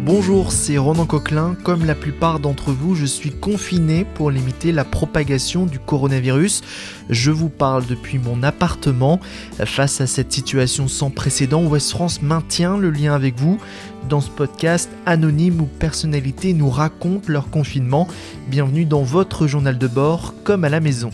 Bonjour, c'est Ronan Coquelin. Comme la plupart d'entre vous, je suis confiné pour limiter la propagation du coronavirus. Je vous parle depuis mon appartement. Face à cette situation sans précédent, Ouest France maintient le lien avec vous. Dans ce podcast, anonymes ou personnalités nous racontent leur confinement. Bienvenue dans votre journal de bord, comme à la maison.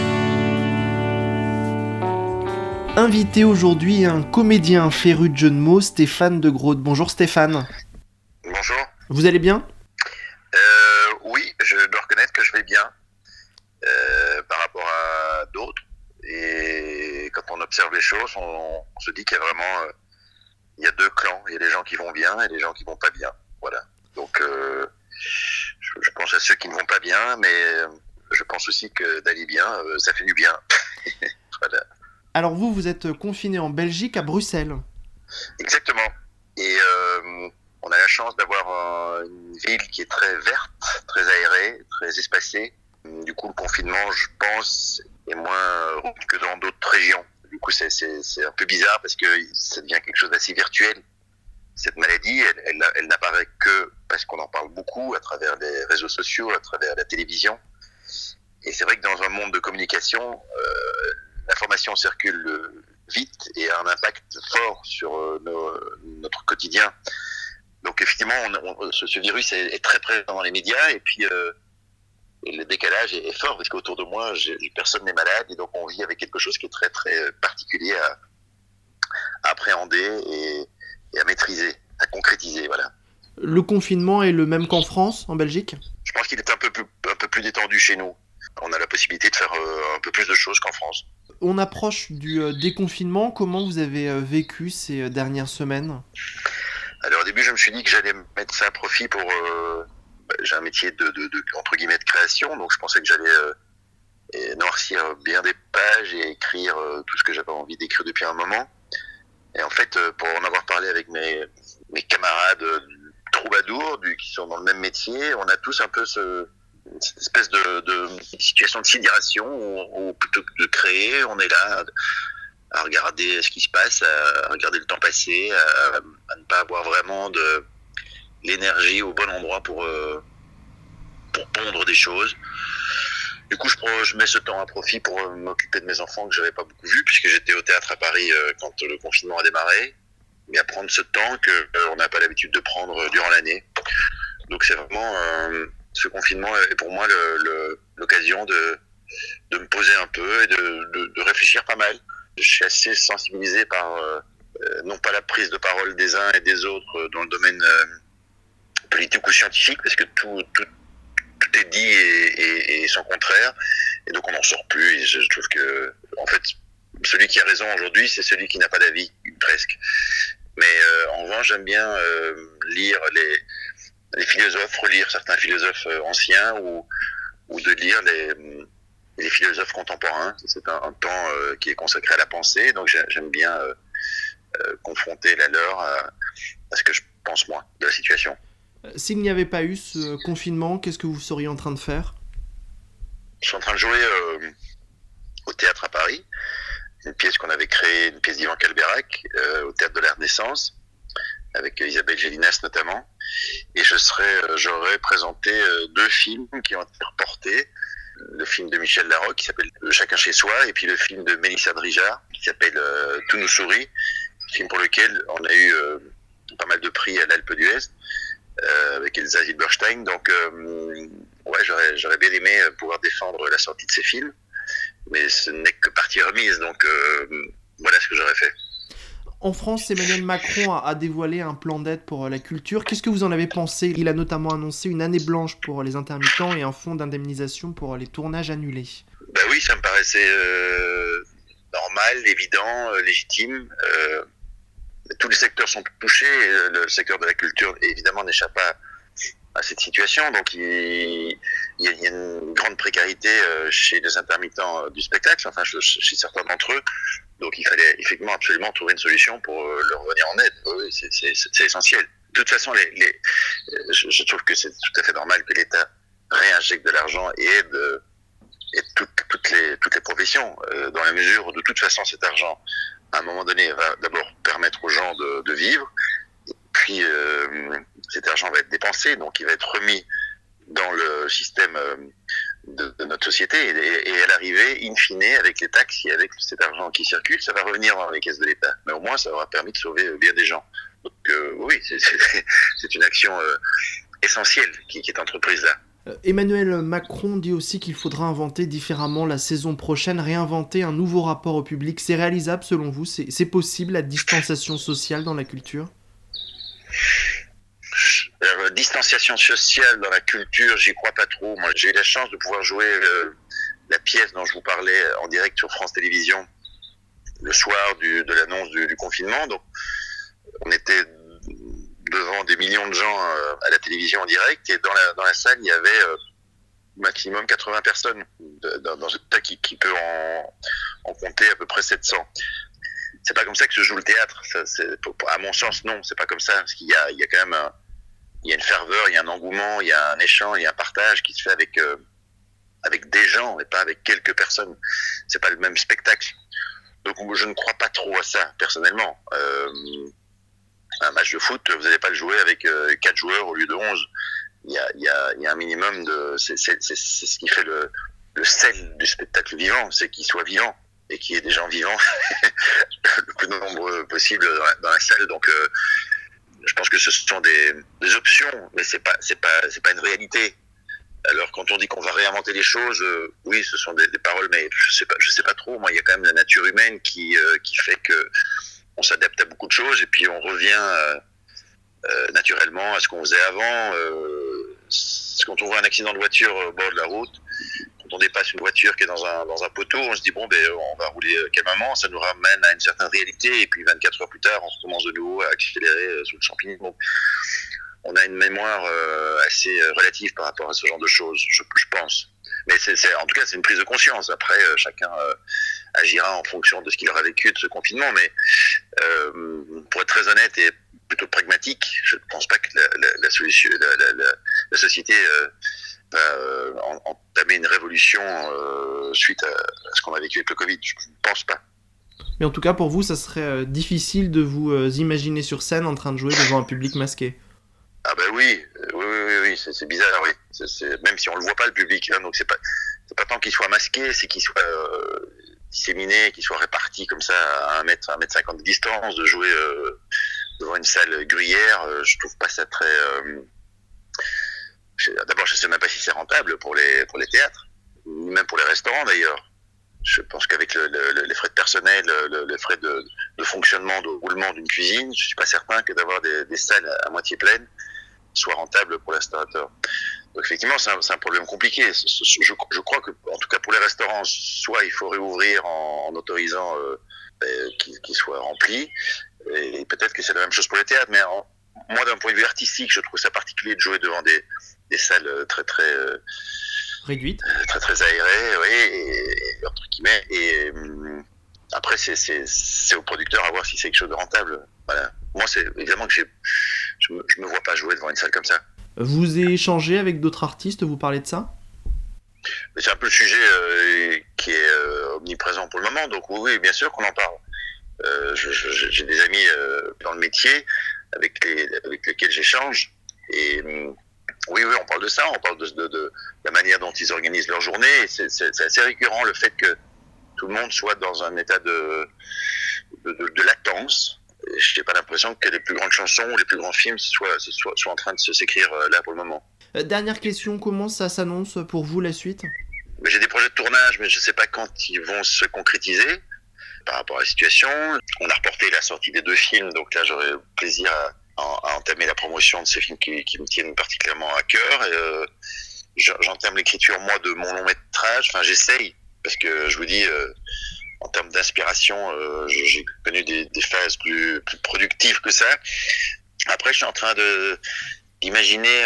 Invité aujourd'hui, un comédien féru de jeux de mots, Stéphane De Groot. Bonjour Stéphane. Bonjour. Vous allez bien ? Oui, je dois reconnaître que je vais bien par rapport à d'autres. Et quand on observe les choses, on se dit qu'il y a vraiment il y a deux clans. Il y a des gens qui vont bien et des gens qui vont pas bien. Voilà. Donc je pense à ceux qui ne vont pas bien, mais je pense aussi que d'aller bien, ça fait du bien. Voilà. Alors vous êtes confiné en Belgique, à Bruxelles. Exactement. Et on a la chance d'avoir une ville qui est très verte, très aérée, très espacée. Du coup, le confinement, je pense, est moins rude que dans d'autres régions. Du coup, c'est un peu bizarre parce que ça devient quelque chose d'assez virtuel. Cette maladie, elle n'apparaît que parce qu'on en parle beaucoup à travers les réseaux sociaux, à travers la télévision. Et c'est vrai que dans un monde de communication, l'information circule vite et a un impact fort sur notre quotidien. Donc effectivement, ce virus est très présent dans les médias et puis et le décalage est fort parce qu'autour de moi, personne n'est malade et donc on vit avec quelque chose qui est très très particulier à appréhender et à maîtriser, à concrétiser, voilà. Le confinement est le même qu'en France, en Belgique ? Je pense qu'il est un peu plus détendu chez nous. On a la possibilité de faire un peu plus de choses qu'en France. On approche du déconfinement. Comment vous avez vécu ces dernières semaines ? Alors au début, je me suis dit que j'allais mettre ça à profit pour... j'ai un métier de entre guillemets de création, donc je pensais que j'allais noircir bien des pages et écrire tout ce que j'avais envie d'écrire depuis un moment. Et en fait, pour en avoir parlé avec mes camarades troubadours qui sont dans le même métier, on a tous un peu cette espèce de situation de sidération où plutôt que de créer, on est là à regarder ce qui se passe, à regarder le temps passer, à ne pas avoir vraiment de l'énergie au bon endroit pour pondre des choses. Du coup, je mets ce temps à profit pour m'occuper de mes enfants que j'avais pas beaucoup vus puisque j'étais au théâtre à Paris quand le confinement a démarré, mais à prendre ce temps que on n'a pas l'habitude de prendre durant l'année. Donc c'est vraiment ce confinement est pour moi l'occasion de me poser un peu et de réfléchir pas mal. Je suis assez sensibilisé par non pas la prise de parole des uns et des autres dans le domaine politique ou scientifique, parce que tout est dit et son contraire, et donc on n'en sort plus. Et je trouve que en fait, celui qui a raison aujourd'hui, c'est celui qui n'a pas d'avis, presque. Mais en revanche, j'aime bien lire les philosophes, relire certains philosophes anciens ou de lire les philosophes contemporains. C'est un temps qui est consacré à la pensée, donc j'aime bien confronter la leur à ce que je pense moi de la situation. S'il n'y avait pas eu ce confinement, qu'est-ce que vous seriez en train de faire ? Je suis en train de jouer au théâtre à Paris, une pièce qu'on avait créée, une pièce d'Ivan Calberac, au théâtre de la Renaissance, avec Isabelle Gélinas notamment, et j'aurais présenté deux films qui ont été reportés. Le film de Michel Larocque qui s'appelle Chacun chez soi, et puis le film de Mélissa Drijard qui s'appelle Tout nous sourit, film pour lequel on a eu pas mal de prix à l'Alpe d'Huez avec Elsa Zilberstein. Donc ouais, j'aurais bien aimé pouvoir défendre la sortie de ces films, mais ce n'est que partie remise, donc voilà ce que j'aurais fait. En France, Emmanuel Macron a dévoilé un plan d'aide pour la culture. Qu'est-ce que vous en avez pensé ? Il a notamment annoncé une année blanche pour les intermittents et un fonds d'indemnisation pour les tournages annulés. Bah oui, ça me paraissait normal, évident, légitime. Tous les secteurs sont touchés. Le secteur de la culture, évidemment, n'échappe pas à cette situation. Donc, il y a une grande précarité chez les intermittents du spectacle, enfin chez certains d'entre eux. Donc il fallait effectivement absolument trouver une solution pour leur venir en aide. Oui, c'est essentiel. De toute façon, je trouve que c'est tout à fait normal que l'État réinjecte de l'argent et aide toutes les professions, dans la mesure où de toute façon cet argent, à un moment donné, va d'abord permettre aux gens de vivre, et puis cet argent va être dépensé, donc il va être remis dans le système de notre société, et à l'arrivée, in fine, avec les taxes et avec cet argent qui circule, ça va revenir dans les caisses de l'État. Mais au moins, ça aura permis de sauver bien des gens. Donc oui, c'est une action essentielle qui est entreprise là. Emmanuel Macron dit aussi qu'il faudra inventer différemment la saison prochaine, réinventer un nouveau rapport au public. C'est réalisable selon vous? C'est possible, la distanciation sociale dans la culture? Distanciation sociale dans la culture, j'y crois pas trop. Moi, j'ai eu la chance de pouvoir jouer la pièce dont je vous parlais en direct sur France Télévisions le soir de l'annonce du confinement. Donc, on était devant des millions de gens à la télévision en direct, et dans la salle, il y avait maximum 80 personnes dans ce tas qui peut en compter à peu près 700. C'est pas comme ça que se joue le théâtre. Ça, à mon sens, non, c'est pas comme ça, parce qu'il y a quand même il y a une ferveur, il y a un engouement, il y a un échange, il y a un partage qui se fait avec des gens et pas avec quelques personnes. C'est pas le même spectacle. Donc je ne crois pas trop à ça personnellement. Un match de foot, vous n'allez pas le jouer avec 4 joueurs au lieu de 11. Il y a un minimum de c'est ce qui fait le sel du spectacle vivant, c'est qu'il soit vivant et qu'il y ait des gens vivants le plus nombreux possible dans la salle. Donc je pense que ce sont des options, mais c'est pas une réalité. Alors quand on dit qu'on va réinventer les choses, oui, ce sont des paroles, mais je sais pas trop. Moi, il y a quand même la nature humaine qui fait que on s'adapte à beaucoup de choses, et puis on revient naturellement à ce qu'on faisait avant. Quand on voit un accident de voiture au bord de la route, quand on dépasse une voiture qui est dans un poteau, on se dit bon, on va rouler calmement, ça nous ramène à une certaine réalité, et puis 24 heures plus tard, on recommence de nouveau à accélérer sous le champignon. Donc, on a une mémoire assez relative par rapport à ce genre de choses, je pense. Mais en tout cas, c'est une prise de conscience. Après, chacun agira en fonction de ce qu'il aura vécu de ce confinement. Mais pour être très honnête et plutôt pragmatique, je ne pense pas que la société va entamer une révolution suite à ce qu'on a vécu avec le Covid. Je ne pense pas. Mais en tout cas, pour vous, ça serait difficile de vous imaginer sur scène en train de jouer devant un public masqué. Ah ben oui, c'est bizarre, oui. Même si on le voit pas, le public, hein, donc c'est pas tant qu'il soit masqué, c'est qu'il soit disséminé, qu'il soit réparti comme ça à 1m50 de distance, de jouer devant une salle gruyère. Je trouve pas ça très. D'abord, je sais même pas si c'est rentable pour les théâtres, ni même pour les restaurants d'ailleurs. Je pense qu'avec les frais de personnel, les frais de fonctionnement, de roulement d'une cuisine, je suis pas certain que d'avoir des salles à moitié pleines soit rentable pour l'installateur. Donc effectivement, c'est un problème compliqué. Je crois que, en tout cas pour les restaurants, soit il faut réouvrir en autorisant qu'ils soient remplis, et peut-être que c'est la même chose pour les théâtres, mais moi d'un point de vue artistique, je trouve ça particulier de jouer devant des salles très très réduites, très très aérées, oui, et entre guillemets, et après c'est au producteur à voir si c'est quelque chose de rentable. Voilà. Moi, c'est évidemment que je me vois pas jouer devant une salle comme ça. Vous échangez avec d'autres artistes, vous parlez de ça? Mais c'est un peu le sujet qui est omniprésent pour le moment, donc oui, bien sûr qu'on en parle. J'ai des amis dans le métier avec lesquels j'échange, et oui, on parle de ça, on parle de la manière dont ils organisent leur journée, et c'est assez récurrent le fait que tout le monde soit dans un état de latence. Je n'ai pas l'impression que les plus grandes chansons ou les plus grands films soient en train de s'écrire là pour le moment. Dernière question, comment ça s'annonce pour vous la suite? J'ai des projets de tournage, mais je ne sais pas quand ils vont se concrétiser par rapport à la situation. On a reporté la sortie des 2 films, donc là j'aurai plaisir à entamer la promotion de ces films qui me tiennent particulièrement à cœur. J'entame l'écriture, moi, de mon long métrage. Enfin, j'essaye, parce que je vous dis... en termes d'inspiration, j'ai connu des phases plus productives que ça. Après, je suis en train d'imaginer,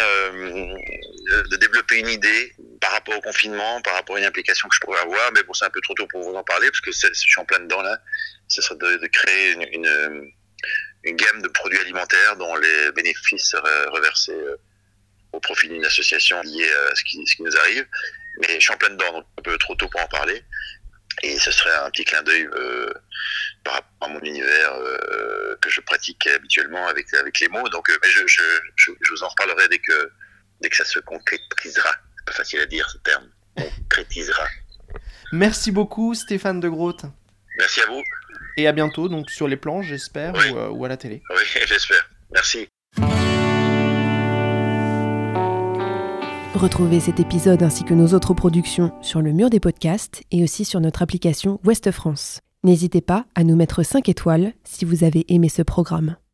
de développer une idée par rapport au confinement, par rapport à une implication que je pourrais avoir. Mais bon, c'est un peu trop tôt pour vous en parler, parce que je suis en plein dedans là. Ce serait de créer une gamme de produits alimentaires dont les bénéfices seraient reversés au profit d'une association liée à ce qui nous arrive. Mais je suis en plein dedans, donc un peu trop tôt pour en parler. Et ce serait un petit clin d'œil par rapport à mon univers que je prête pratique habituellement avec les mots. Donc, mais je vous en reparlerai dès que ça se concrétisera. C'est pas facile à dire ce terme. Concrétisera. Merci beaucoup Stéphane De Groot. Merci à vous. Et à bientôt, donc sur les planches, j'espère, oui. ou à la télé. Oui, j'espère. Merci. Retrouvez cet épisode ainsi que nos autres productions sur le mur des podcasts et aussi sur notre application Ouest France. N'hésitez pas à nous mettre 5 étoiles si vous avez aimé ce programme.